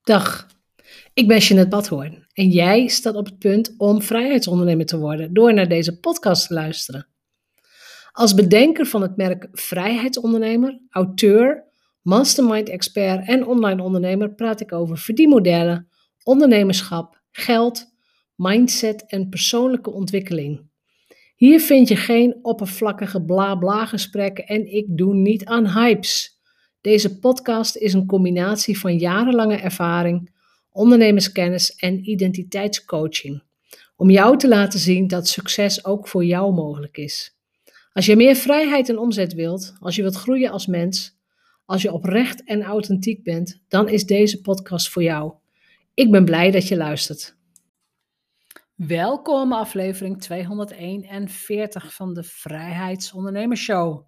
Dag, ik ben Jeanette Badhoorn en jij staat op het punt om vrijheidsondernemer te worden door naar deze podcast te luisteren. Als bedenker van het merk Vrijheidsondernemer, auteur, mastermind-expert en online ondernemer praat ik over verdienmodellen, ondernemerschap, geld, mindset en persoonlijke ontwikkeling. Hier vind je geen oppervlakkige bla-bla gesprekken en ik doe niet aan hypes. Deze podcast is een combinatie van jarenlange ervaring, ondernemerskennis en identiteitscoaching. Om jou te laten zien dat succes ook voor jou mogelijk is. Als je meer vrijheid en omzet wilt, als je wilt groeien als mens, als je oprecht en authentiek bent, dan is deze podcast voor jou. Ik ben blij dat je luistert. Welkom aflevering 241 van de Vrijheidsondernemershow.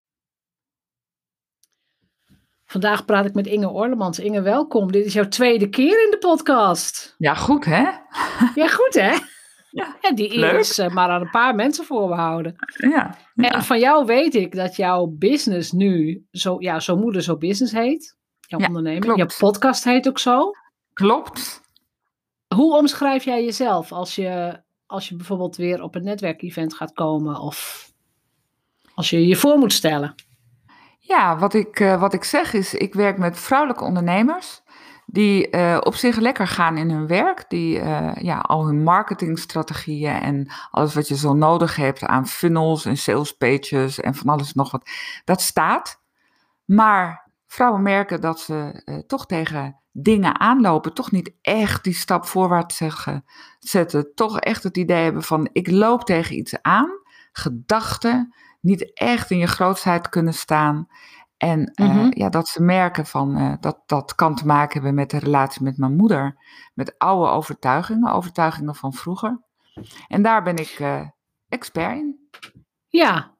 Vandaag praat ik met Inge Orlemans. Inge, welkom. Dit is jouw tweede keer in de podcast. Ja, goed hè? Ja, goed hè? Ja, En die eer leuk. is maar aan een paar mensen voorbehouden. Ja. En van jou weet ik dat jouw business nu Zo Moeder Zo Business heet. Jouw onderneming. Klopt. Jouw podcast heet ook zo. Klopt. Hoe omschrijf jij jezelf als je bijvoorbeeld weer op een netwerkevent gaat komen of als je je voor moet stellen? Ja, wat ik zeg is, ik werk met vrouwelijke ondernemers die op zich lekker gaan in hun werk. Die al hun marketingstrategieën en alles wat je zo nodig hebt aan funnels en sales pages en van alles nog wat, dat staat. Maar vrouwen merken dat ze toch tegen dingen aanlopen, toch niet echt die stap voorwaarts zetten, toch echt het idee hebben van ik loop tegen iets aan, gedachten, niet echt in je grootsheid kunnen staan. En dat ze merken van dat kan te maken hebben met de relatie met mijn moeder, met oude overtuigingen van vroeger. En daar ben ik expert in. Ja,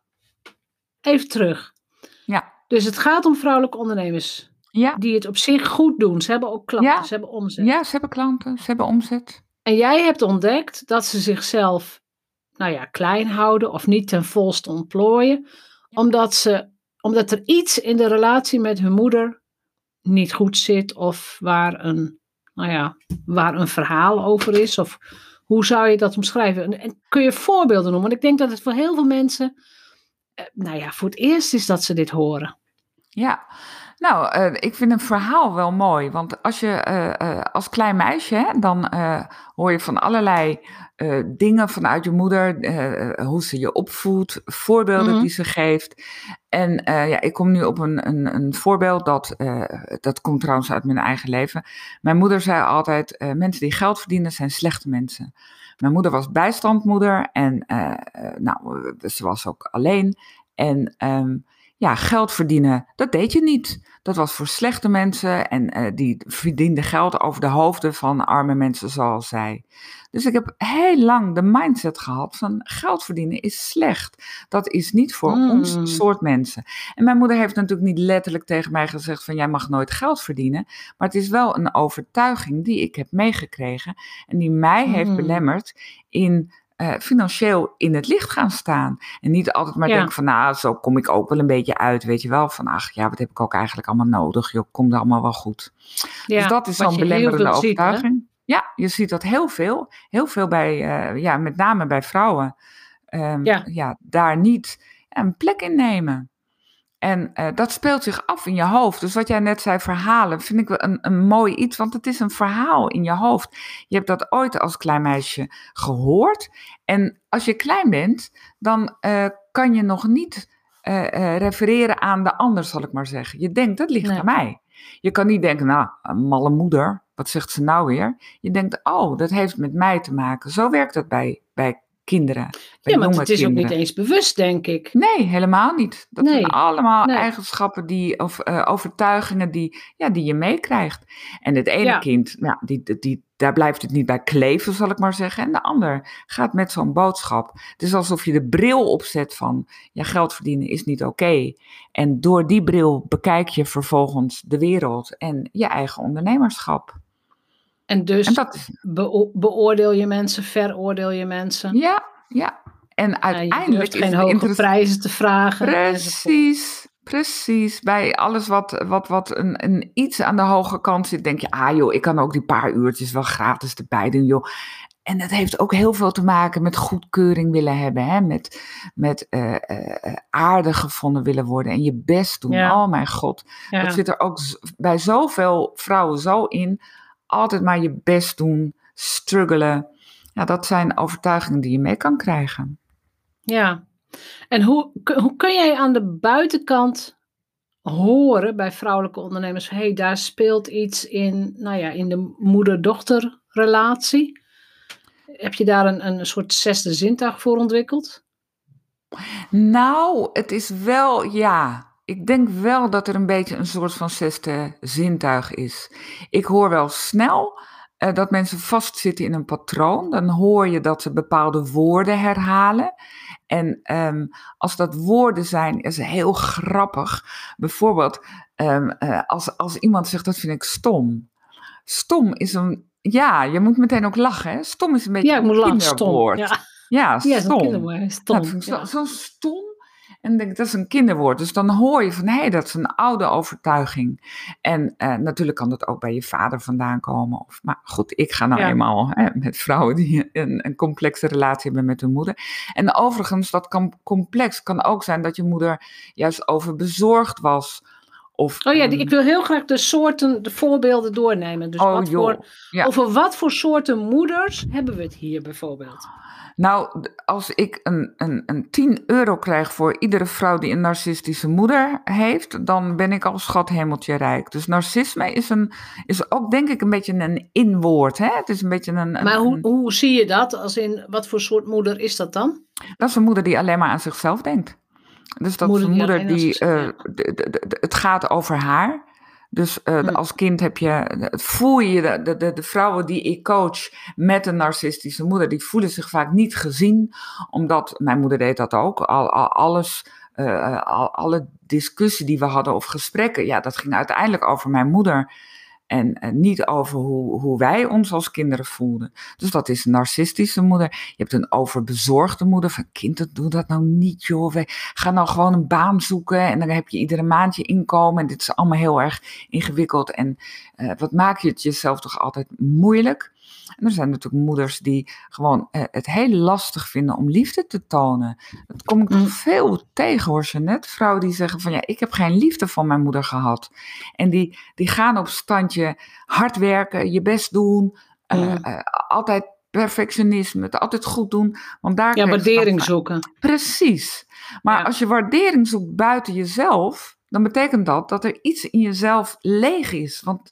even terug. Ja. Dus het gaat om vrouwelijke ondernemers die het op zich goed doen. Ze hebben ook klanten, ze hebben omzet. Ja, ze hebben klanten, ze hebben omzet. En jij hebt ontdekt dat ze zichzelf klein houden of niet ten volste ontplooien. Omdat er iets in de relatie met hun moeder niet goed zit of waar een verhaal over is. Of hoe zou je dat omschrijven? En kun je voorbeelden noemen? Want ik denk dat het voor heel veel mensen voor het eerst is dat ze dit horen. Ja, nou, ik vind een verhaal wel mooi. Want als je als klein meisje, dan hoor je van allerlei dingen vanuit je moeder. Hoe ze je opvoedt, voorbeelden die ze geeft. En ik kom nu op een voorbeeld dat komt trouwens uit mijn eigen leven. Mijn moeder zei altijd, mensen die geld verdienen zijn slechte mensen. Mijn moeder was bijstandmoeder en ze was ook alleen. En geld verdienen, dat deed je niet. Dat was voor slechte mensen en die verdienden geld over de hoofden van arme mensen zoals zij. Dus ik heb heel lang de mindset gehad van geld verdienen is slecht. Dat is niet voor ons soort mensen. En mijn moeder heeft natuurlijk niet letterlijk tegen mij gezegd van jij mag nooit geld verdienen. Maar het is wel een overtuiging die ik heb meegekregen en die mij heeft belemmerd in financieel in het licht gaan staan. En niet altijd maar denken van, zo kom ik ook wel een beetje uit, weet je wel. Van, wat heb ik ook eigenlijk allemaal nodig? Joh, komt allemaal wel goed. Ja, dus dat is zo'n belemmerende overtuiging. Ziet, ja, je ziet dat heel veel. Heel veel bij, met name bij vrouwen. Daar niet een plek in nemen. En dat speelt zich af in je hoofd. Dus wat jij net zei, verhalen, vind ik wel een mooi iets. Want het is een verhaal in je hoofd. Je hebt dat ooit als klein meisje gehoord. En als je klein bent, dan kan je nog niet refereren aan de ander, zal ik maar zeggen. Je denkt, dat ligt aan mij. Je kan niet denken, een malle moeder, wat zegt ze nou weer? Je denkt, dat heeft met mij te maken. Zo werkt dat bij kinderen. Ja, maar het is ook niet eens bewust, denk ik. Nee, helemaal niet. Dat zijn allemaal eigenschappen of overtuigingen die je meekrijgt. En het ene kind, daar blijft het niet bij kleven, zal ik maar zeggen. En de ander gaat met zo'n boodschap. Het is alsof je de bril opzet van, geld verdienen is niet oké. En door die bril bekijk je vervolgens de wereld en je eigen ondernemerschap. En dus beoordeel je mensen, veroordeel je mensen. Ja. En uiteindelijk je durft geen hoge prijzen te vragen. Precies, bij alles wat een iets aan de hoge kant zit, denk je, joh, ik kan ook die paar uurtjes wel gratis erbij doen, joh. En dat heeft ook heel veel te maken met goedkeuring willen hebben, hè? Met aardig gevonden willen worden en je best doen. Ja, Oh mijn god, dat ja, zit er ook bij zoveel vrouwen zo in. Altijd maar je best doen, struggelen. Ja, dat zijn overtuigingen die je mee kan krijgen. ja. En hoe kun jij aan de buitenkant horen bij vrouwelijke ondernemers, hey, daar speelt iets in, nou ja, in de moeder-dochter-relatie? Heb je daar een soort zesde zintuig voor ontwikkeld? Nou, het is wel, ja. Ik denk wel dat er een beetje een soort van zesde zintuig is. Ik hoor wel snel dat mensen vastzitten in een patroon. Dan hoor je dat ze bepaalde woorden herhalen. En als dat woorden zijn, is het heel grappig. Bijvoorbeeld, als iemand zegt, dat vind ik stom. Stom is ja, je moet meteen ook lachen, hè? Stom is een beetje Ja, ik een moet lachen, stom. kinderwoord. Ja, Ja, ja, zo'n stom. kinderwoord, Nou, dat stom. vind ik Ja. zo stom. En dan denk ik, dat is een kinderwoord. Dus dan hoor je van, hé, dat is een oude overtuiging. En natuurlijk kan dat ook bij je vader vandaan komen. Maar goed, ik ga nou Ja. eenmaal met vrouwen die een complexe relatie hebben met hun moeder. En overigens, dat complex kan ook zijn dat je moeder juist overbezorgd was. Of, Oh ja, ik wil heel graag de voorbeelden doornemen. Dus ja. over wat voor soorten moeders hebben we het hier bijvoorbeeld? Nou, als ik een 10 euro krijg voor iedere vrouw die een narcistische moeder heeft, dan ben ik al schat hemeltje rijk. Dus narcisme is ook denk ik een beetje een inwoord. Hè? Het is een beetje Maar hoe zie je dat? Als in, wat voor soort moeder is dat dan? Dat is een moeder die alleen maar aan zichzelf denkt. Dus dat is een moeder die, het gaat over haar. Dus als kind voel je de vrouwen die ik coach met een narcistische moeder, die voelen zich vaak niet gezien, omdat mijn moeder deed dat ook. Alle discussie die we hadden of gesprekken, ja, dat ging uiteindelijk over mijn moeder. En niet over hoe wij ons als kinderen voelden. Dus dat is een narcistische moeder. Je hebt een overbezorgde moeder. Van kind, doe dat nou niet joh. Ga nou gewoon een baan zoeken. En dan heb je iedere maand je inkomen. En dit is allemaal heel erg ingewikkeld. En wat maak je het jezelf toch altijd moeilijk? En er zijn natuurlijk moeders die gewoon het heel lastig vinden om liefde te tonen. Dat kom ik nog veel tegen hoor, Jeanette. Vrouwen die zeggen van ja, ik heb geen liefde van mijn moeder gehad. En die gaan op standje hard werken, je best doen, altijd perfectionisme, het altijd goed doen. Want daar waardering zoeken. Precies. Maar als je waardering zoekt buiten jezelf, dan betekent dat er iets in jezelf leeg is. Want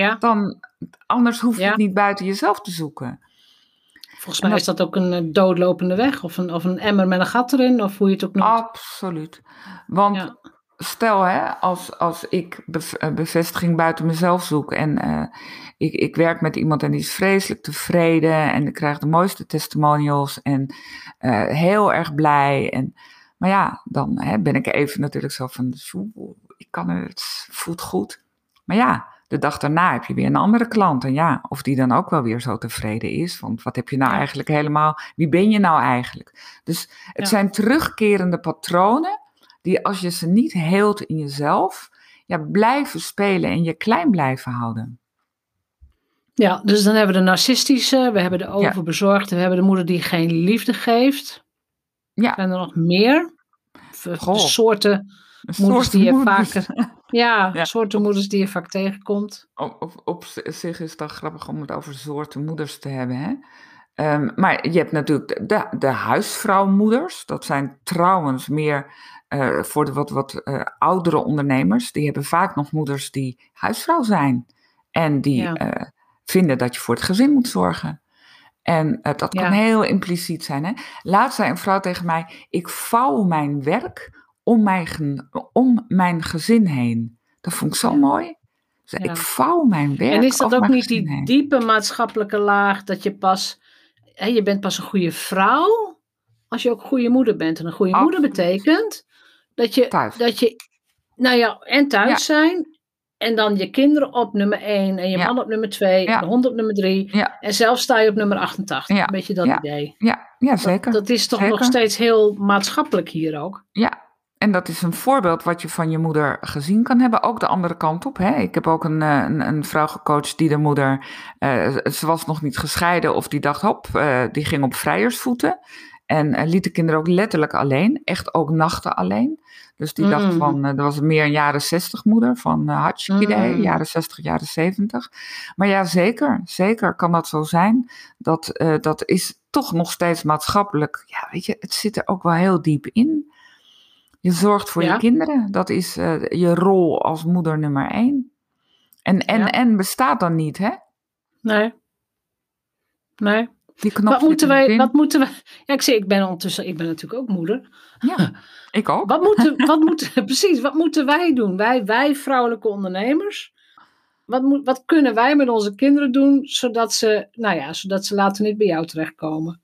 anders hoef je het niet buiten jezelf te zoeken. Volgens mij is dat ook een doodlopende weg. Of een emmer met een gat erin. Of hoe je het ook noemt. Absoluut. Want stel, als ik bevestiging buiten mezelf zoek. En ik werk met iemand en die is vreselijk tevreden. En ik krijg de mooiste testimonials. En heel erg blij. Maar ja, dan ben ik even natuurlijk zo van, ik kan het voelt goed. Maar ja, de dag daarna heb je weer een andere klant. En ja, of die dan ook wel weer zo tevreden is. Want wat heb je nou eigenlijk helemaal, wie ben je nou eigenlijk? Dus het zijn terugkerende patronen die als je ze niet heelt in jezelf, blijven spelen en je klein blijven houden. Ja, dus dan hebben we de narcistische, we hebben de overbezorgde, we hebben de moeder die geen liefde geeft. Ja. Zijn er nog meer? Soorten moeders die je vaker... soorten moeders die je vaak tegenkomt. Op zich is het grappig om het over soorten moeders te hebben. Hè? Maar je hebt natuurlijk de huisvrouwmoeders. Dat zijn trouwens meer voor de wat oudere ondernemers. Die hebben vaak nog moeders die huisvrouw zijn. En die vinden dat je voor het gezin moet zorgen. En dat kan heel impliciet zijn. Hè? Laatst zei een vrouw tegen mij, ik vouw mijn werk om mijn gezin heen. Dat vond ik zo mooi. Dus ik vouw mijn werk. En is dat ook niet die heen. diepe maatschappelijke laag dat je je bent pas een goede vrouw als je ook een goede moeder bent. En een goede moeder betekent dat je thuis zijn. En dan je kinderen op nummer 1 en je man op nummer 2 en de hond op nummer 3. Ja. En zelf sta je op nummer 88. Een beetje dat idee. Ja, zeker. Dat is toch nog steeds heel maatschappelijk hier ook. Ja, En dat is een voorbeeld wat je van je moeder gezien kan hebben. Ook de andere kant op. Hè? Ik heb ook een vrouw gecoacht die de moeder... ze was nog niet gescheiden of die dacht, die ging op vrijersvoeten. En liet de kinderen ook letterlijk alleen. Echt ook nachten alleen. Dus die dacht van, dat was meer een jaren 60 moeder. Van hartstikke idee, jaren 60, jaren 70. Maar ja, zeker kan dat zo zijn. Dat is toch nog steeds maatschappelijk. Ja, weet je, het zit er ook wel heel diep in. Je zorgt voor je kinderen. Dat is je rol als moeder nummer 1. En bestaat dan niet, hè? Nee. Die knop Wat moeten wij... Ja, ik ben natuurlijk ook moeder. Ja, ik ook. Precies, wat moeten wij doen? Wij vrouwelijke ondernemers. Wat kunnen wij met onze kinderen doen, zodat ze later niet bij jou terechtkomen?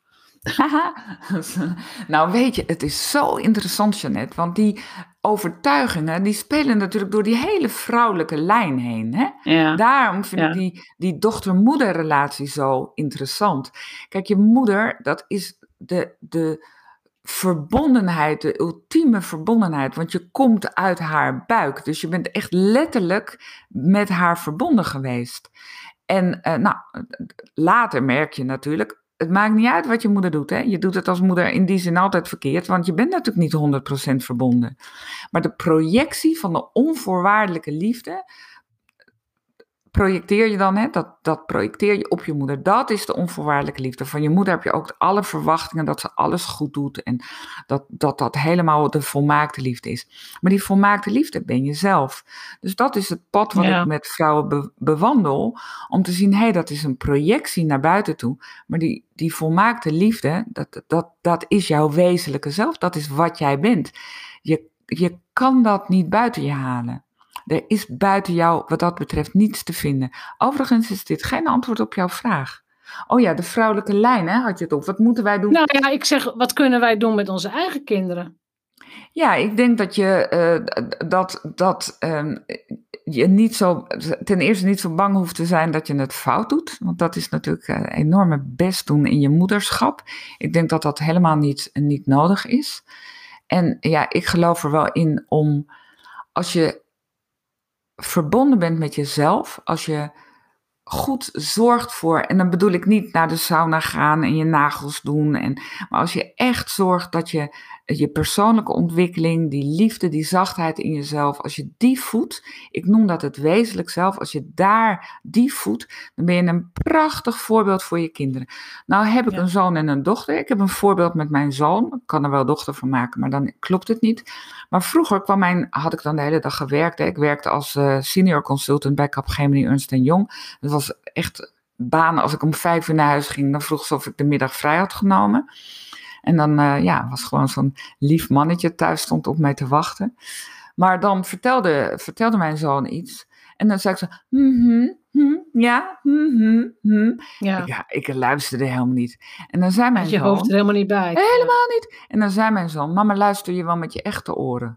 Nou weet je, het is zo interessant, Jeanette, want die overtuigingen, die spelen natuurlijk door die hele vrouwelijke lijn heen. Hè? Ja. Daarom vind ik die dochter-moeder-relatie zo interessant. Kijk, je moeder, dat is de verbondenheid, de ultieme verbondenheid, want je komt uit haar buik. Dus je bent echt letterlijk met haar verbonden geweest. En later merk je natuurlijk, het maakt niet uit wat je moeder doet. Hè? Je doet het als moeder in die zin altijd verkeerd, want je bent natuurlijk niet 100% verbonden. Maar de projectie van de onvoorwaardelijke liefde projecteer je dan, hè? Dat projecteer je op je moeder. Dat is de onvoorwaardelijke liefde. Van je moeder heb je ook alle verwachtingen dat ze alles goed doet en dat helemaal de volmaakte liefde is. Maar die volmaakte liefde ben je zelf. Dus dat is het pad wat ik met vrouwen bewandel, om te zien, dat is een projectie naar buiten toe. Maar die volmaakte liefde, dat is jouw wezenlijke zelf. Dat is wat jij bent. Je kan dat niet buiten je halen. Er is buiten jou wat dat betreft niets te vinden. Overigens is dit geen antwoord op jouw vraag. Oh ja, de vrouwelijke lijn, hè, had je het op. Wat moeten wij doen? Nou ja, ik zeg, wat kunnen wij doen met onze eigen kinderen? Ja, ik denk dat je je niet zo, ten eerste niet zo bang hoeft te zijn dat je het fout doet. Want dat is natuurlijk een enorme best doen in je moederschap. Ik denk dat dat helemaal niet nodig is. En ja, ik geloof er wel in om, als je verbonden bent met jezelf, als je goed zorgt voor, en dan bedoel ik niet naar de sauna gaan en je nagels doen, maar als je echt zorgt dat je persoonlijke ontwikkeling, die liefde, die zachtheid in jezelf, als je die voedt, ik noem dat het wezenlijk zelf, als je die voedt, dan ben je een prachtig voorbeeld voor je kinderen. Nou heb ik een zoon en een dochter. Ik heb een voorbeeld met mijn zoon. Ik kan er wel dochter van maken, maar dan klopt het niet. Maar vroeger had ik dan de hele dag gewerkt. Hè. Ik werkte als senior consultant bij Capgemini Ernst & Young. Dat was echt banen. Als ik om 5 uur naar huis ging, dan vroeg ze of ik de middag vrij had genomen. En dan was gewoon zo'n lief mannetje thuis stond op mij te wachten. Maar dan vertelde mijn zoon iets. En dan zei ik zo, Ik luisterde helemaal niet. En dan zei mijn zoon... Je hoofd er helemaal niet bij. Helemaal niet. En dan zei mijn zoon, mama, luister je wel met je echte oren?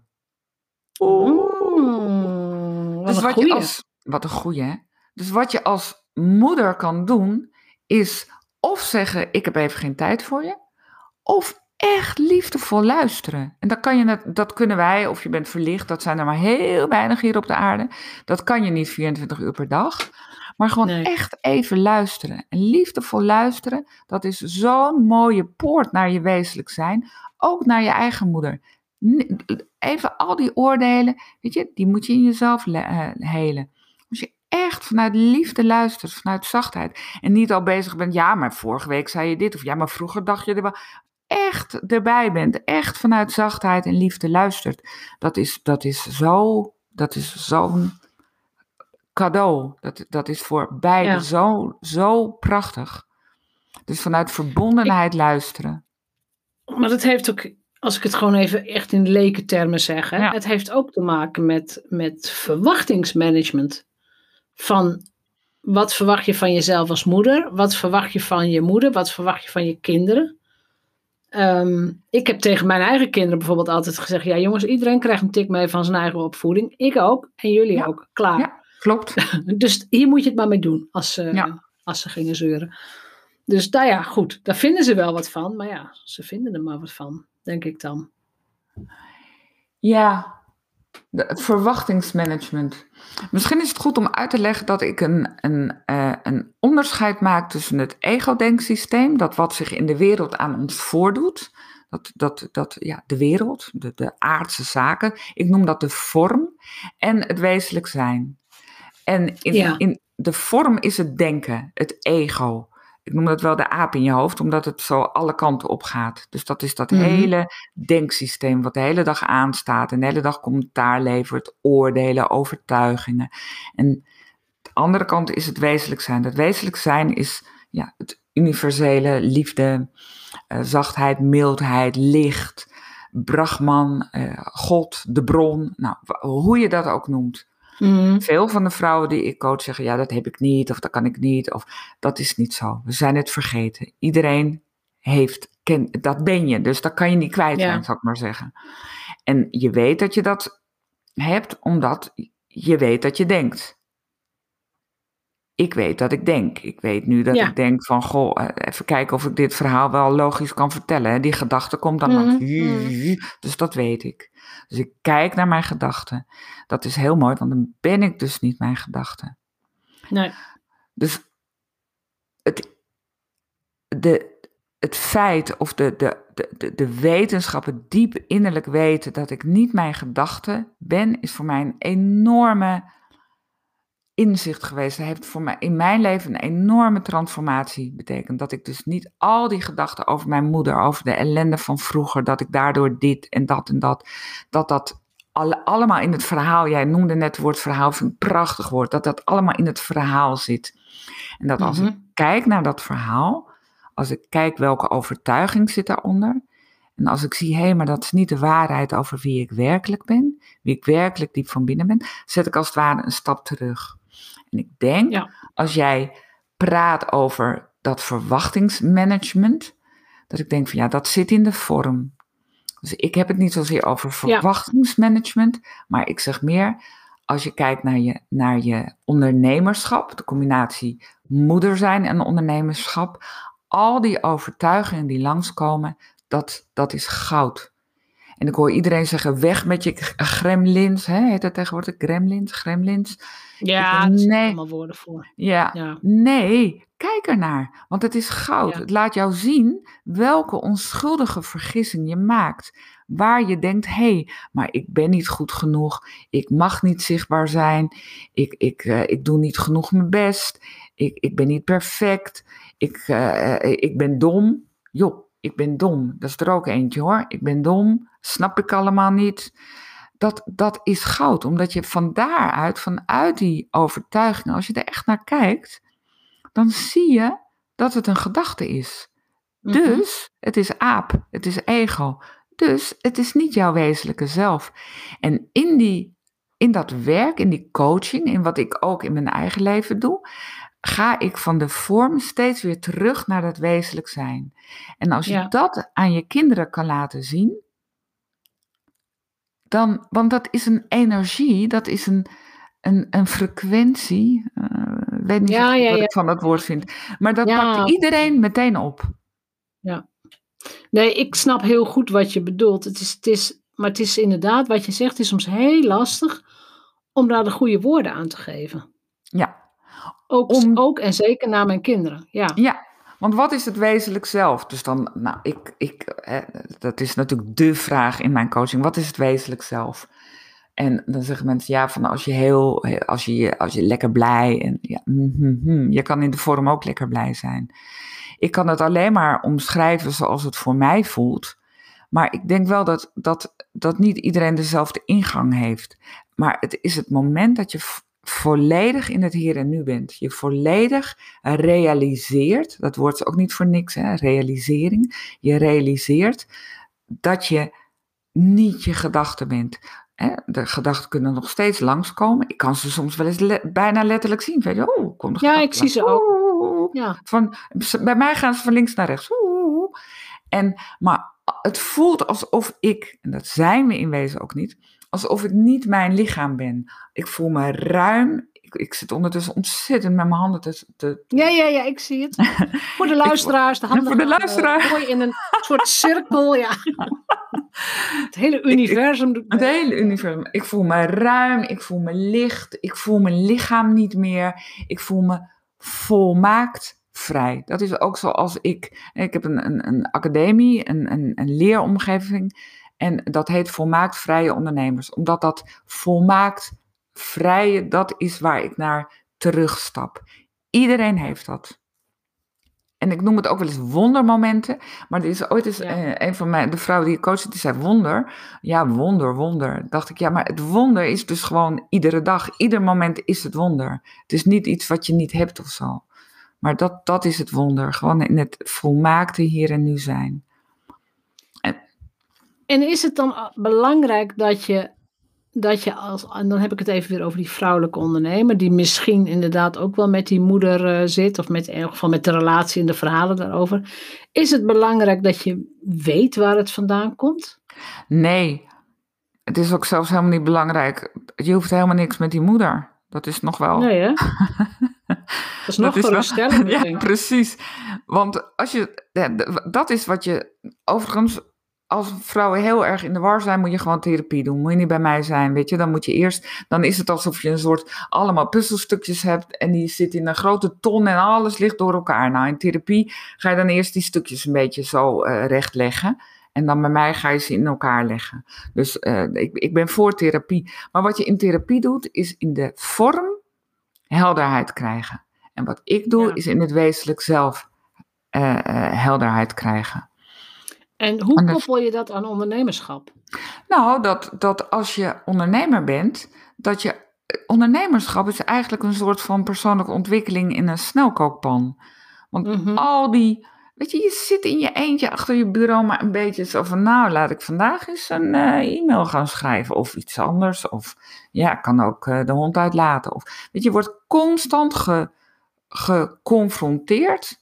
Wat een goeie, hè? Dus wat je als moeder kan doen, is of zeggen, ik heb even geen tijd voor je, of echt liefdevol luisteren. En dat kunnen wij, of je bent verlicht, dat zijn er maar heel weinig hier op de aarde. Dat kan je niet 24 uur per dag. Maar gewoon echt even luisteren. En liefdevol luisteren, dat is zo'n mooie poort naar je wezenlijk zijn. Ook naar je eigen moeder. Even al die oordelen, weet je, die moet je in jezelf helen. Als je echt vanuit liefde luistert, vanuit zachtheid. En niet al bezig bent, ja, maar vorige week zei je dit. Of ja, maar vroeger dacht je er wel. Echt erbij bent. Echt vanuit zachtheid en liefde luistert. Dat is zo'n cadeau. Dat is voor beiden zo prachtig. Dus vanuit verbondenheid luisteren. Maar dat heeft ook, als ik het gewoon even echt in lekentermen zeg, hè, het heeft ook te maken met verwachtingsmanagement. Van wat verwacht je van jezelf als moeder? Wat verwacht je van je moeder? Wat verwacht je van je kinderen? Ik heb tegen mijn eigen kinderen bijvoorbeeld altijd gezegd, ja jongens, iedereen krijgt een tik mee van zijn eigen opvoeding. Ik ook en jullie ook. Klaar. Ja, klopt. Dus hier moet je het maar mee doen als ze gingen zeuren. Dus nou ja, goed. Daar vinden ze wel wat van. Maar ja, ze vinden er maar wat van, denk ik dan. Ja, het verwachtingsmanagement. Misschien is het goed om uit te leggen dat ik een onderscheid maak tussen het ego-denksysteem, dat wat zich in de wereld aan ons voordoet, de wereld, de aardse zaken, ik noem dat de vorm, en het wezenlijk zijn. En in de vorm is het denken, het ego. Ik noem dat wel de aap in je hoofd, omdat het zo alle kanten op gaat. Dus dat is dat hele denksysteem wat de hele dag aanstaat en de hele dag commentaar levert, oordelen, overtuigingen. En de andere kant is het wezenlijk zijn. Het wezenlijk zijn is het universele, liefde, zachtheid, mildheid, licht, Brahman, God, de bron. Nou, hoe je dat ook noemt. Veel van de vrouwen die ik coach zeggen, ja, dat heb ik niet, of dat kan ik niet, of dat is niet zo. We zijn het vergeten. Iedereen dat ben je, dus dat kan je niet kwijt zijn, zou ik maar zeggen. En je weet dat je dat hebt, omdat je weet dat je denkt. Ik weet dat ik denk. Ik weet nu dat ik denk van, goh, even kijken of ik dit verhaal wel logisch kan vertellen. Hè? Die gedachte komt dan langs. Dus dat weet ik. Dus ik kijk naar mijn gedachten. Dat is heel mooi, want dan ben ik dus niet mijn gedachten. Nee. Dus het feit of de wetenschap, het diep innerlijk weten dat ik niet mijn gedachten ben, is voor mij een enorme inzicht geweest. Dat heeft voor mij in mijn leven een enorme transformatie betekend. Dat ik dus niet al die gedachten over mijn moeder, over de ellende van vroeger, dat ik daardoor dit en dat, dat allemaal in het verhaal, jij noemde net het woord verhaal, vind ik een prachtig woord, dat allemaal in het verhaal zit. En dat als ik kijk naar dat verhaal, als ik kijk welke overtuiging zit daaronder, en als ik zie, maar dat is niet de waarheid over wie ik werkelijk ben, wie ik werkelijk diep van binnen ben, zet ik als het ware een stap terug. En ik denk, als jij praat over dat verwachtingsmanagement, dat ik denk van dat zit in de vorm. Dus ik heb het niet zozeer over verwachtingsmanagement, maar ik zeg meer, als je kijkt naar je ondernemerschap, de combinatie moeder zijn en ondernemerschap, al die overtuigingen die langskomen, dat is goud. En ik hoor iedereen zeggen, weg met je gremlins. Heet dat tegenwoordig gremlins? Ja, er zijn allemaal woorden voor. Ja, nee, kijk ernaar. Want het is goud. Ja. Het laat jou zien welke onschuldige vergissing je maakt. Waar je denkt, maar ik ben niet goed genoeg. Ik mag niet zichtbaar zijn. Ik doe niet genoeg mijn best. Ik ben niet perfect. Ik ben dom. Joh. Ik ben dom. Dat is er ook eentje hoor. Ik ben dom. Snap ik allemaal niet. Dat is goud. Omdat je vanuit die overtuiging, als je er echt naar kijkt, dan zie je dat het een gedachte is. Dus het is aap. Het is ego. Dus het is niet jouw wezenlijke zelf. En in dat werk, in die coaching, in wat ik ook in mijn eigen leven doe, ga ik van de vorm steeds weer terug naar dat wezenlijk zijn. En als je dat aan je kinderen kan laten zien, want dat is een energie, dat is een frequentie, weet niet wat ik van dat woord vind, maar dat pakt iedereen meteen op. Ja. Nee, ik snap heel goed wat je bedoelt. Maar het is inderdaad, wat je zegt, het is soms heel lastig om daar de goede woorden aan te geven. Ja. Ook en zeker naar mijn kinderen, Ja, want wat is het wezenlijk zelf? Dus dan, dat is natuurlijk de vraag in mijn coaching. Wat is het wezenlijk zelf? En dan zeggen mensen, van als je lekker blij en je kan in de vorm ook lekker blij zijn. Ik kan het alleen maar omschrijven zoals het voor mij voelt. Maar ik denk wel dat niet iedereen dezelfde ingang heeft. Maar het is het moment dat je volledig in het hier en nu bent. Je volledig realiseert, dat woord is ook niet voor niks, realisering. Je realiseert dat je niet je gedachten bent. De gedachten kunnen nog steeds langskomen. Ik kan ze soms wel eens bijna letterlijk zien. Weet je, komt de ik zie ze ook. Ja. Bij mij gaan ze van links naar rechts. Maar het voelt alsof ik, en dat zijn we in wezen ook niet, alsof ik niet mijn lichaam ben. Ik voel me ruim. Ik zit ondertussen ontzettend met mijn handen te... Ja, ik zie het. Voor de luisteraars, de handen voor de luisteraar. gooi in een soort cirkel, Het hele universum doet Het mee. hele universum. Ik voel me ruim, ik voel me licht, ik voel mijn lichaam niet meer. Ik voel me volmaakt vrij. Dat is ook zoals ik heb een academie, een leeromgeving. En dat heet Volmaakt Vrije Ondernemers. Omdat dat volmaakt vrije, dat is waar ik naar terugstap. Iedereen heeft dat. En ik noem het ook wel eens wondermomenten. Maar er is ooit eens een van de vrouwen die ik coachte, die zei wonder. Ja, wonder. Dacht ik, ja, maar het wonder is dus gewoon iedere dag. Ieder moment is het wonder. Het is niet iets wat je niet hebt of zo. Maar dat is het wonder. Gewoon in het volmaakte hier en nu zijn. En is het dan belangrijk dat je en dan heb ik het even weer over die vrouwelijke ondernemer, die misschien inderdaad ook wel met die moeder zit, of in ieder geval met de relatie en de verhalen daarover. Is het belangrijk dat je weet waar het vandaan komt? Nee, het is ook zelfs helemaal niet belangrijk. Je hoeft helemaal niks met die moeder. Dat is nog wel... Nee, hè? Dat is nog geruststellend. Ja, precies. Want dat is wat je... Overigens, als vrouwen heel erg in de war zijn, moet je gewoon therapie doen. Moet je niet bij mij zijn, weet je. Dan moet je eerst... Dan is het alsof je een soort allemaal puzzelstukjes hebt en die zitten in een grote ton en alles ligt door elkaar. Nou, in therapie ga je dan eerst die stukjes een beetje zo rechtleggen. En dan bij mij ga je ze in elkaar leggen. Dus ik ben voor therapie. Maar wat je in therapie doet, is in de vorm helderheid krijgen. En wat ik doe, is in het wezenlijk zelf helderheid krijgen. En hoe koppel je dat aan ondernemerschap? Nou, dat als je ondernemer bent, dat je... Ondernemerschap is eigenlijk een soort van persoonlijke ontwikkeling in een snelkookpan. Want al die... Weet je zit in je eentje achter je bureau maar een beetje zo van... Nou, laat ik vandaag eens een e-mail gaan schrijven of iets anders. Of ja, ik kan ook de hond uitlaten. Of, weet je, wordt constant geconfronteerd.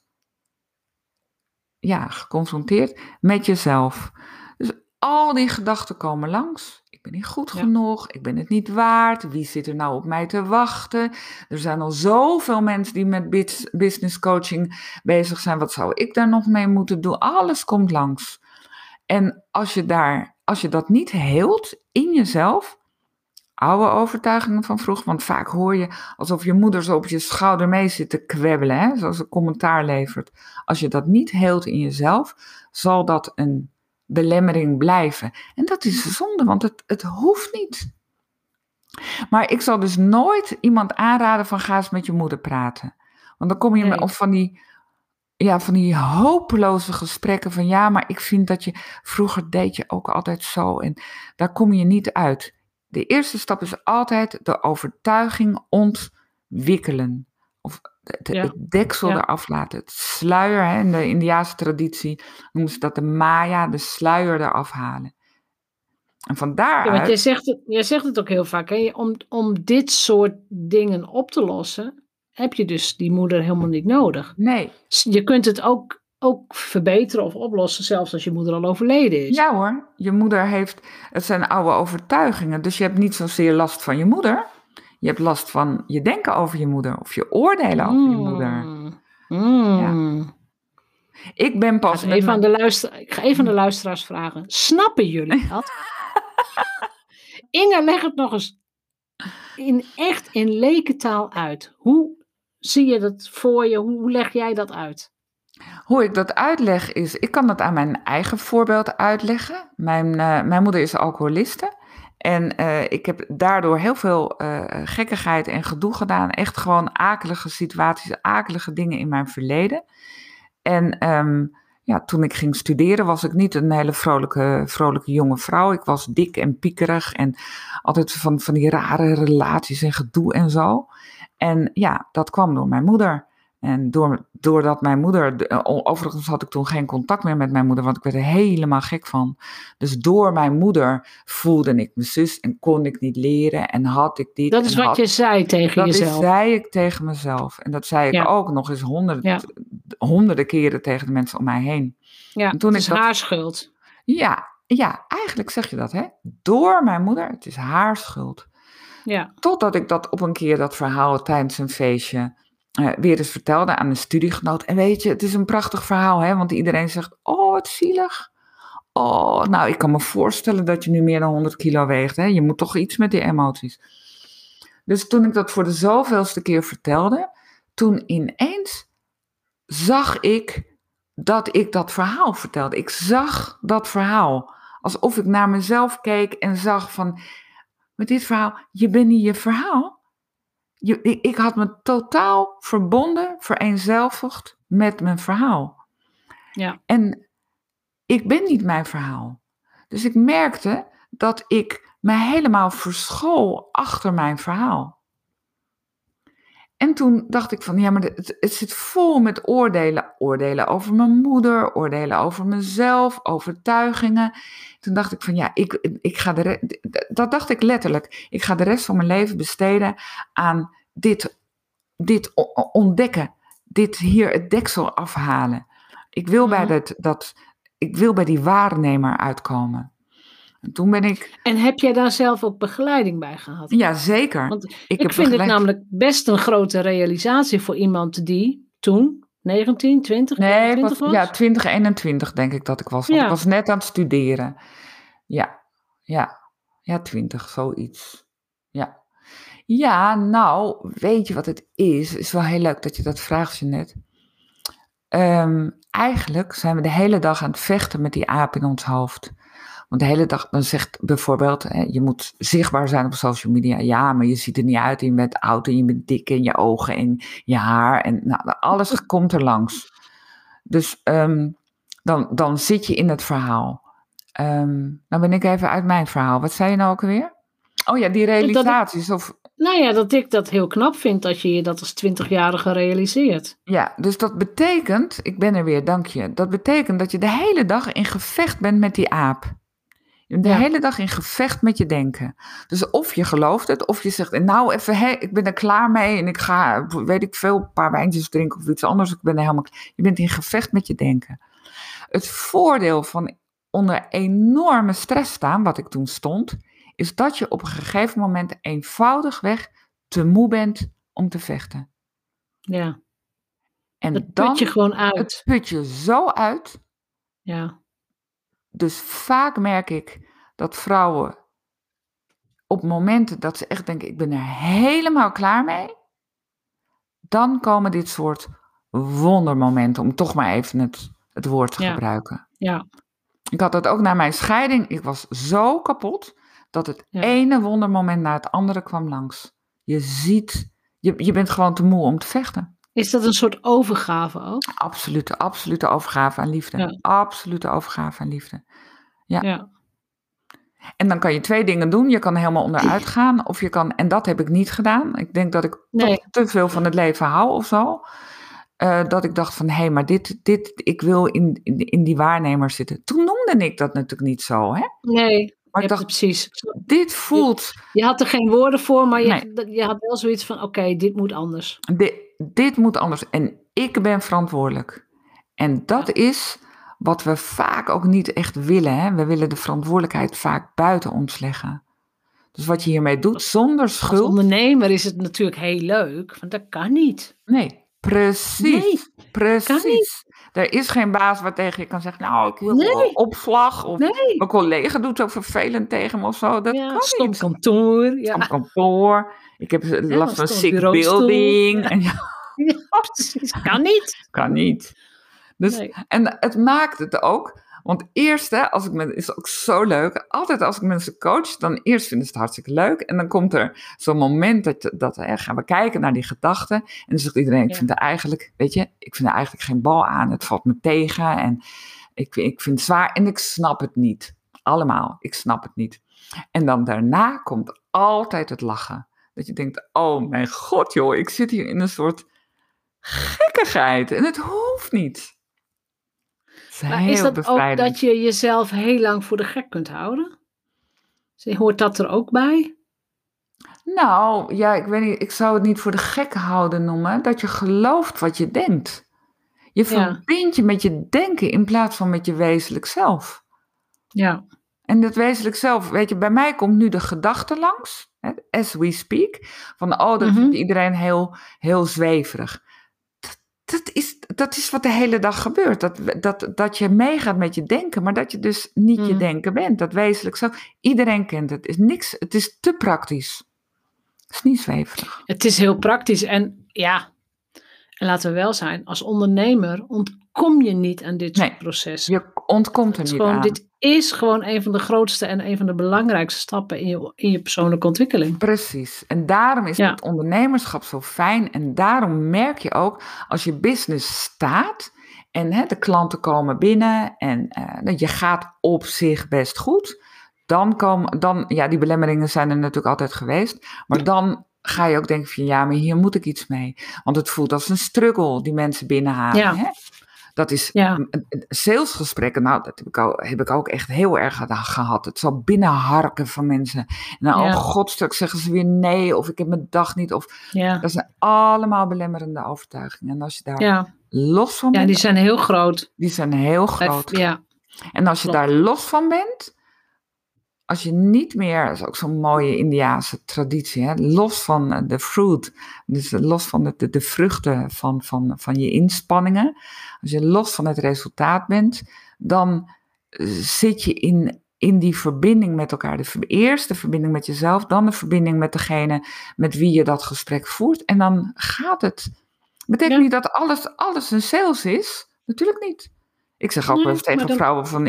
Ja, geconfronteerd met jezelf. Dus al die gedachten komen langs. Ik ben niet goed genoeg, ik ben het niet waard. Wie zit er nou op mij te wachten? Er zijn al zoveel mensen die met business coaching bezig zijn. Wat zou ik daar nog mee moeten doen? Alles komt langs. En als je dat niet heelt in jezelf, oude overtuigingen van vroeger, want vaak hoor je alsof je moeder zo op je schouder mee zit te kwebbelen, hè, zoals een commentaar levert. Als je dat niet heelt in jezelf, zal dat een belemmering blijven. En dat is zonde, want het hoeft niet. Maar ik zal dus nooit iemand aanraden van ga eens met je moeder praten. Want dan kom je op van die hopeloze gesprekken van ja, maar ik vind dat je, vroeger deed je ook altijd zo en daar kom je niet uit. De eerste stap is altijd de overtuiging ontwikkelen. Of het deksel eraf laten. Het sluier, hè, in de Indiase traditie noemen ze dat de Maya, de sluier eraf halen. En van daaruit... Ja, want jij zegt het ook heel vaak, hè? Om dit soort dingen op te lossen, heb je dus die moeder helemaal niet nodig. Nee. Je kunt het ook verbeteren of oplossen, zelfs als je moeder al overleden is. Ja hoor, je moeder het zijn oude overtuigingen, dus je hebt niet zozeer last van je moeder. Je hebt last van je denken over je moeder of je oordelen over je moeder. Ja. Ik ben pas... Ik ga even aan de luisteraars vragen. Snappen jullie dat? Inge, leg het nog eens in lekentaal uit. Hoe zie je dat voor je? Hoe leg jij dat uit? Hoe ik dat uitleg is, ik kan dat aan mijn eigen voorbeeld uitleggen. Mijn moeder is alcoholiste. En ik heb daardoor heel veel gekkigheid en gedoe gedaan. Echt gewoon akelige situaties, akelige dingen in mijn verleden. En toen ik ging studeren was ik niet een hele vrolijke jonge vrouw. Ik was dik en piekerig en altijd van die rare relaties en gedoe en zo. En ja, dat kwam door mijn moeder. En doordat mijn moeder, overigens had ik toen geen contact meer met mijn moeder, want ik werd er helemaal gek van. Dus door mijn moeder voelde ik me zus en kon ik niet leren en had ik dit. Dat is wat je zei tegen jezelf. Dat zei ik tegen mezelf. En dat zei ik ook nog eens honderden keren tegen de mensen om mij heen. Ja, en toen het is haar schuld. Ja, eigenlijk zeg je dat, hè. Door mijn moeder, het is haar schuld. Ja. Totdat ik dat op een keer, dat verhaal tijdens een feestje, weer eens vertelde aan een studiegenoot. En weet je, het is een prachtig verhaal, hè, want iedereen zegt, oh, wat zielig. Oh, nou, ik kan me voorstellen dat je nu meer dan 100 kilo weegt. Hè? Je moet toch iets met die emoties. Dus toen ik dat voor de zoveelste keer vertelde, toen ineens zag ik dat ik dat verhaal vertelde. Ik zag dat verhaal. Alsof ik naar mezelf keek en zag van, met dit verhaal, je bent niet je verhaal. Ik had me totaal verbonden, vereenzelvigd met mijn verhaal. Ja. En ik ben niet mijn verhaal. Dus ik merkte dat ik me helemaal verschool achter mijn verhaal. En toen dacht ik van, ja, maar het zit vol met oordelen. Oordelen over mijn moeder, oordelen over mezelf, overtuigingen. Toen dacht ik van, ja, ik ga dat dacht ik letterlijk. Ik ga de rest van mijn leven besteden aan dit ontdekken. Dit hier het deksel afhalen. Ik wil ik wil bij die waarnemer uitkomen. En toen ben ik... En heb jij daar zelf ook begeleiding bij gehad? Ja, zeker. Want ik vind het namelijk best een grote realisatie voor iemand die toen 19, 20, 21 was. Ja, 20, 21 denk ik dat ik was. Want ik was net aan het studeren. Ja, 20, zoiets. Ja. Ja, nou, weet je wat het is? Het is wel heel leuk dat je dat vraagt, Jeanette. Eigenlijk zijn we de hele dag aan het vechten met die aap in ons hoofd. Want de hele dag, dan zegt bijvoorbeeld, je moet zichtbaar zijn op social media. Ja, maar je ziet er niet uit en je bent oud en je bent dik en je ogen en je haar. En nou, alles komt er langs. Dus dan zit je in het verhaal. Dan ben ik even uit mijn verhaal. Wat zei je nou ook alweer? Oh ja, die realisaties. Nou ja, dat ik dat heel knap vind dat je dat als 20-jarige realiseert. Ja, dus dat betekent, ik ben er weer, dank je. Dat betekent dat je de hele dag in gevecht bent met die aap. Je bent de hele dag in gevecht met je denken. Dus of je gelooft het, of je zegt, nou even, ik ben er klaar mee en ik ga, weet ik veel, een paar wijntjes drinken of iets anders. Ik ben er helemaal klaar. Je bent in gevecht met je denken. Het voordeel van onder enorme stress staan, wat ik toen stond, is dat je op een gegeven moment eenvoudigweg te moe bent om te vechten. Ja. En het put je gewoon uit. Het put je zo uit. Ja. Dus vaak merk ik dat vrouwen op momenten dat ze echt denken, ik ben er helemaal klaar mee, dan komen dit soort wondermomenten, om toch maar even het woord te gebruiken. Ja. Ik had dat ook na mijn scheiding. Ik was zo kapot dat het ene wondermoment na het andere kwam langs. Je ziet, je bent gewoon te moe om te vechten. Is dat een soort overgave ook? Absolute overgave aan liefde. Ja. Absolute overgave aan liefde. Ja. En dan kan je 2 dingen doen. Je kan helemaal onderuit gaan. Of je kan, en dat heb ik niet gedaan. Ik denk dat ik toch te veel van het leven hou of zo. Dat ik dacht van, hé, maar ik wil in die waarnemer zitten. Toen noemde ik dat natuurlijk niet zo, hè? Nee, maar ik dacht, precies. Dit voelt... Je had er geen woorden voor, maar je had wel zoiets van, oké, dit moet anders. Dit moet anders. En ik ben verantwoordelijk. En dat is wat we vaak ook niet echt willen, hè? We willen de verantwoordelijkheid vaak buiten ons leggen. Dus wat je hiermee doet, zonder schuld... Als ondernemer is het natuurlijk heel leuk, want dat kan niet. Nee. Precies. Kan niet. Er is geen baas waar tegen je kan zeggen, nou, ik wil opslag. Of mijn collega doet zo vervelend tegen me of zo. Dat kan stom niet. Kantoor. Stom kantoor. Ik heb last van sick building. Ja, precies. Kan niet. Dus, en het maakt het ook. Want eerst, is ook zo leuk. Altijd als ik mensen coach, dan eerst vinden ze het hartstikke leuk. En dan komt er zo'n moment dat gaan we kijken naar die gedachten. En dan zegt iedereen, ik vind er eigenlijk geen bal aan. Het valt me tegen en ik vind het zwaar en ik snap het niet. Allemaal, ik snap het niet. En dan daarna komt altijd het lachen. Dat je denkt, oh mijn god joh, ik zit hier in een soort gekkigheid. En het hoeft niet. Maar is dat ook dat je jezelf heel lang voor de gek kunt houden? Hoort dat er ook bij? Nou, ja, ik weet niet, ik zou het niet voor de gek houden noemen. Dat je gelooft wat je denkt. Je verbindt je met je denken in plaats van met je wezenlijk zelf. Ja. En dat wezenlijk zelf, weet je, bij mij komt nu de gedachte langs, as we speak, van dat vindt iedereen heel, heel zweverig. dat is wat de hele dag gebeurt. Dat je meegaat met je denken, maar dat je dus niet je denken bent. Dat wezenlijk zo. Iedereen kent het. Het is te praktisch. Het is niet zweverig. Het is heel praktisch. En laten we wel zijn, als ondernemer ontkom je niet aan dit soort processen. Je ontkomt er niet aan. Dit is gewoon een van de grootste en een van de belangrijkste stappen in je persoonlijke ontwikkeling. Precies. En daarom is het ondernemerschap zo fijn. En daarom merk je ook, als je business staat en de klanten komen binnen en je gaat op zich best goed. Dan, die belemmeringen zijn er natuurlijk altijd geweest. Maar dan ga je ook denken van maar hier moet ik iets mee. Want het voelt als een struggle die mensen binnenhalen. Ja. Hè? Dat is salesgesprekken, dat heb ik ook echt heel erg gehad. Het zal binnenharken van mensen. En dan, godstuk, zeggen ze weer nee, of ik heb mijn dag niet. Dat zijn allemaal belemmerende overtuigingen. En als je daar los van bent. Ja, die zijn heel groot. Die zijn heel groot. Ja. En als je daar los van bent, als je niet meer, dat is ook zo'n mooie Indiase traditie, los van de fruit, dus los van de vruchten van je inspanningen, als je los van het resultaat bent, dan zit je in die verbinding met elkaar. Eerst de verbinding met jezelf, dan de verbinding met degene met wie je dat gesprek voert. En dan gaat het. Betekent niet dat alles een sales is. Natuurlijk niet. Ik zeg ook wel eens tegen vrouwen van,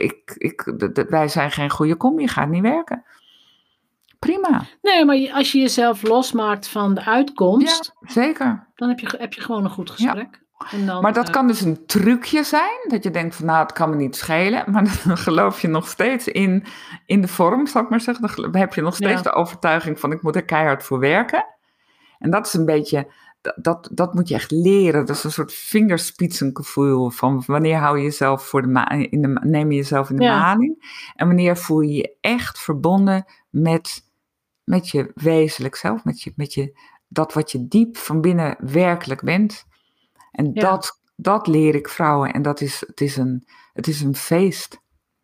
wij zijn geen goede combi, gaat niet werken. Prima. Nee, maar als je jezelf losmaakt van de uitkomst, zeker. Dan heb je gewoon een goed gesprek. Ja. En dan, maar dat kan dus een trucje zijn, dat je denkt van het kan me niet schelen, maar dan geloof je nog steeds in de vorm, zal ik maar zeggen. Dan heb je nog steeds de overtuiging van ik moet er keihard voor werken. En dat is een beetje, dat moet je echt leren. Dat is een soort vingerspitsengevoel van wanneer hou je jezelf neem je jezelf in de maling. En wanneer voel je je echt verbonden met je wezenlijk zelf, met je, dat wat je diep van binnen werkelijk bent. En dat leer ik vrouwen. En het is een feest.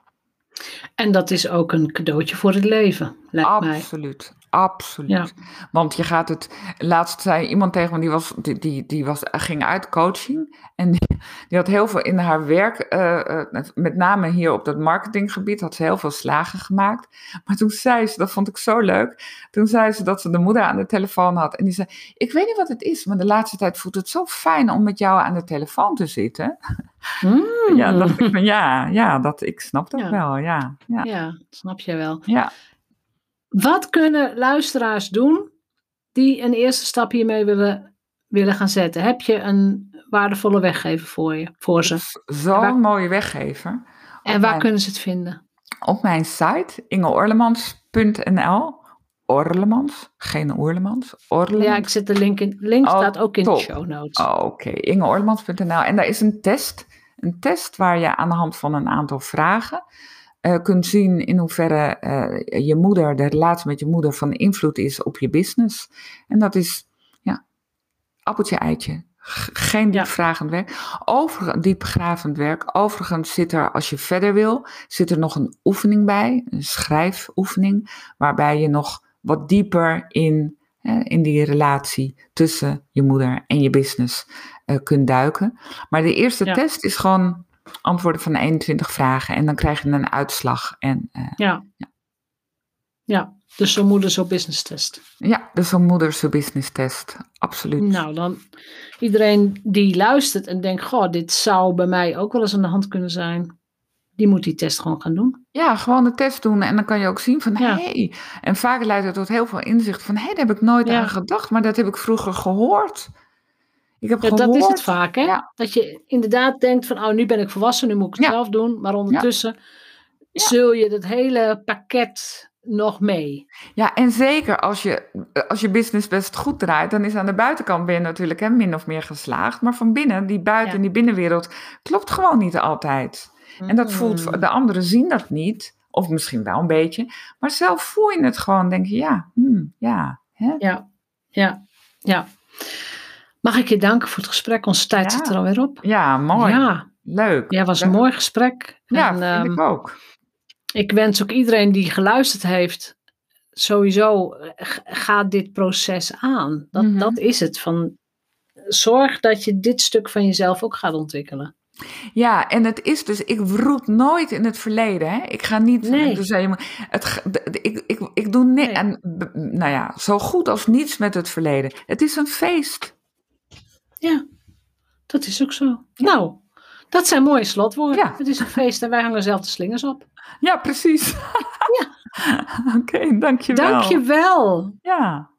En dat is ook een cadeautje voor het leven, lijkt mij. Absoluut. Ja. Want je gaat het. Laatst zei iemand tegen me, die ging uit coaching. En die had heel veel in haar werk, met name hier op dat marketinggebied, had ze heel veel slagen gemaakt. Maar toen zei ze, dat vond ik zo leuk. Toen zei ze dat ze de moeder aan de telefoon had. En die zei, ik weet niet wat het is, maar de laatste tijd voelt het zo fijn om met jou aan de telefoon te zitten. Ja, dacht ik van ik snap dat wel. Ja, snap je wel. Ja. Wat kunnen luisteraars doen die een eerste stap hiermee willen gaan zetten? Heb je een waardevolle weggever voor ze? Zo'n mooie weggever. En waar kunnen ze het vinden? Op mijn site, ingeoorlemans.nl. Orlemans, geen Oerlemans. Orlemans. Ja, ik zet de link in. Link staat ook in de show notes. Oké, ingeoorlemans.nl. En daar is een test. Een test waar je aan de hand van een aantal vragen kunt zien in hoeverre de relatie met je moeder van invloed is op je business. En dat is, appeltje eitje. Geen diepgravend werk. Diepgravend werk. Overigens zit er, als je verder wil, zit er nog een oefening bij. Een schrijfoefening. Waarbij je nog wat dieper in die relatie tussen je moeder en je business kunt duiken. Maar de eerste test is gewoon antwoorden van 21 vragen. En dan krijg je een uitslag. En, dus zo'n moeder zo business test. Ja, dus zo'n moeder zo business test. Absoluut. Nou, dan iedereen die luistert en denkt, goh, dit zou bij mij ook wel eens aan de hand kunnen zijn. Die moet die test gewoon gaan doen. Ja, gewoon de test doen. En dan kan je ook zien van, hey. En vaak leidt het tot heel veel inzicht van, daar heb ik nooit aan gedacht. Maar dat heb ik vroeger gehoord. Ik heb gehoord. Dat is het vaak, hè? Ja. Dat je inderdaad denkt van, nu ben ik volwassen, nu moet ik het zelf doen. Maar ondertussen zul je dat hele pakket nog mee. Ja, en zeker als je business best goed draait, dan is aan de buitenkant ben je natuurlijk min of meer geslaagd. Maar van binnen, die buiten- en die binnenwereld, klopt gewoon niet altijd. En dat voelt, de anderen zien dat niet, of misschien wel een beetje. Maar zelf voel je het gewoon, denk je, Hè? Ja. Mag ik je danken voor het gesprek? Onze tijd zit er alweer op. Ja, mooi. Ja. Leuk. Ja, was een mooi gesprek. Ja, vind ik ook. Ik wens ook iedereen die geluisterd heeft, sowieso ga dit proces aan. Dat is het. zorg dat je dit stuk van jezelf ook gaat ontwikkelen. Ja, en het is dus, ik roet nooit in het verleden. Hè? Ik ga niet, Nee. dus ik doe Nee. nou ja, zo goed als niets met het verleden. Het is een feest. Ja, dat is ook zo. Nou, dat zijn mooie slotwoorden. Ja. Het is een feest en wij hangen zelf de slingers op. Ja, precies. Ja. Oké, dankjewel. Dankjewel. Ja.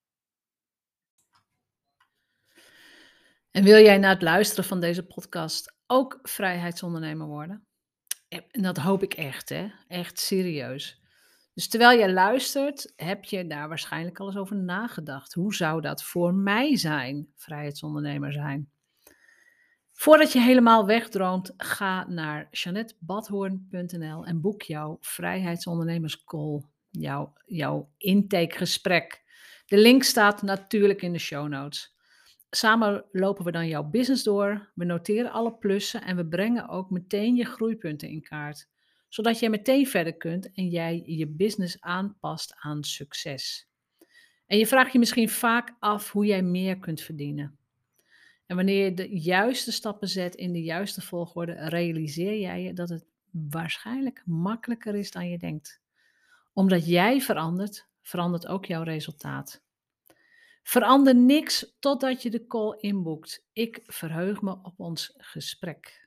En wil jij na het luisteren van deze podcast ook vrijheidsondernemer worden? En dat hoop ik echt, hè? Echt serieus. Dus terwijl je luistert, heb je daar waarschijnlijk al eens over nagedacht. Hoe zou dat voor mij zijn, vrijheidsondernemer zijn? Voordat je helemaal wegdroomt, ga naar JeannetteBadhoorn.nl en boek jouw vrijheidsondernemerscall, jouw intakegesprek. De link staat natuurlijk in de show notes. Samen lopen we dan jouw business door, we noteren alle plussen en we brengen ook meteen je groeipunten in kaart. Zodat jij meteen verder kunt en jij je business aanpast aan succes. En je vraagt je misschien vaak af hoe jij meer kunt verdienen. En wanneer je de juiste stappen zet in de juiste volgorde, realiseer jij je dat het waarschijnlijk makkelijker is dan je denkt. Omdat jij verandert, verandert ook jouw resultaat. Verander niks totdat je de call inboekt. Ik verheug me op ons gesprek.